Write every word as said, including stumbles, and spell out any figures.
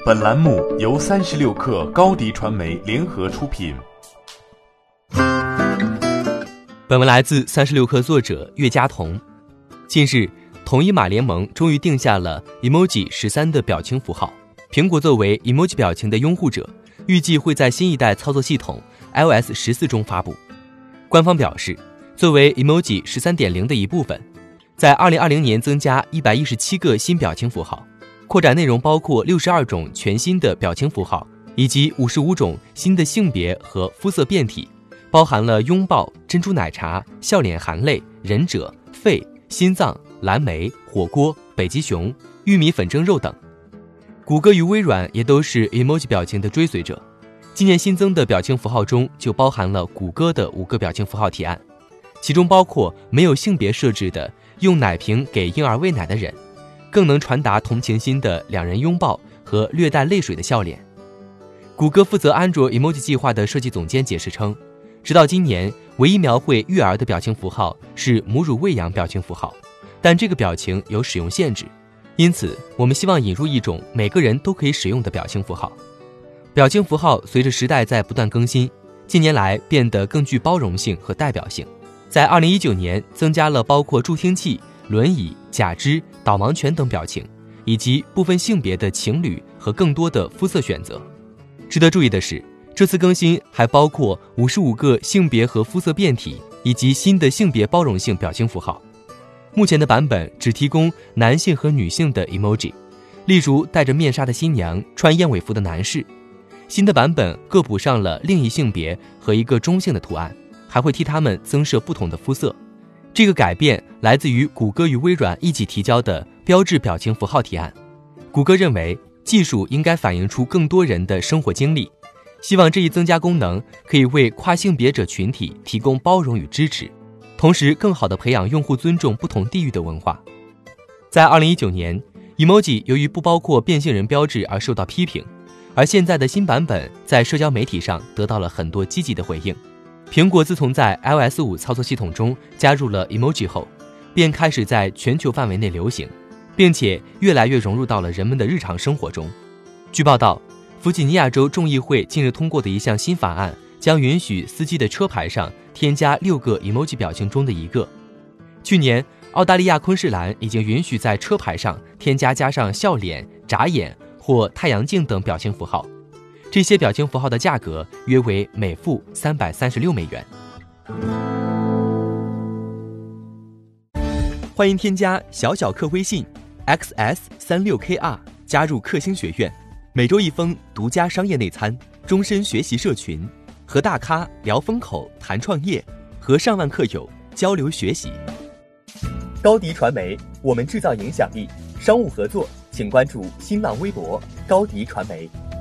本栏目由三十六氪高迪传媒联合出品。 本文来自三十六氪作者岳佳彤。近日，统一码联盟终于定下了 emoji 十三的表情符号。苹果作为 emoji 表情的拥护者，预计会在新一代操作系统 i O S 十四中发布。官方表示，作为 emoji 十三点零 的一部分，在二零二零年增加一百一十七个新表情符号，扩展内容包括六十二种全新的表情符号，以及五十五种新的性别和肤色变体，包含了拥抱、珍珠奶茶、笑脸含泪、忍者、肺、心脏、蓝莓、火锅、北极熊、玉米粉蒸肉等。谷歌与微软也都是 emoji 表情的追随者，今年新增的表情符号中就包含了谷歌的五个表情符号提案，其中包括没有性别设置的用奶瓶给婴儿喂奶的人，更能传达同情心的两人拥抱和略带泪水的笑脸。谷歌负责安卓 emoji 计划的设计总监解释称，直到今年唯一描绘育儿的表情符号是母乳喂养表情符号，但这个表情有使用限制，因此我们希望引入一种每个人都可以使用的表情符号。表情符号随着时代在不断更新，近年来变得更具包容性和代表性。在二零一九年增加了包括助听器、轮椅、假肢、导盲犬等表情，以及部分性别的情侣和更多的肤色选择。值得注意的是，这次更新还包括五十五个性别和肤色变体，以及新的性别包容性表情符号。目前的版本只提供男性和女性的 emoji， 例如戴着面纱的新娘、穿燕尾服的男士。新的版本各补上了另一性别和一个中性的图案，还会替他们增设不同的肤色。这个改变来自于谷歌与微软一起提交的标志表情符号提案。谷歌认为技术应该反映出更多人的生活经历，希望这一增加功能可以为跨性别者群体提供包容与支持，同时更好地培养用户尊重不同地域的文化。在二零一九年 emoji 由于不包括变性人标志而受到批评，而现在的新版本在社交媒体上得到了很多积极的回应。苹果自从在 i O S 五操作系统中加入了 emoji 后，便开始在全球范围内流行，并且越来越融入到了人们的日常生活中。据报道，弗吉尼亚州众议会近日通过的一项新法案，将允许司机的车牌上添加六个 emoji 表情中的一个。去年，澳大利亚昆士兰已经允许在车牌上添加加上笑脸、眨眼或太阳镜等表情符号。这些表情符号的价格约为每副三百三十六美元。欢迎添加小小客微信 X S 三六 K R 加入客星学院，每周一封独家商业内参，终身学习社群，和大咖聊风口谈创业，和上万客友交流学习。高迪传媒，我们制造影响力。商务合作请关注新浪微博高迪传媒。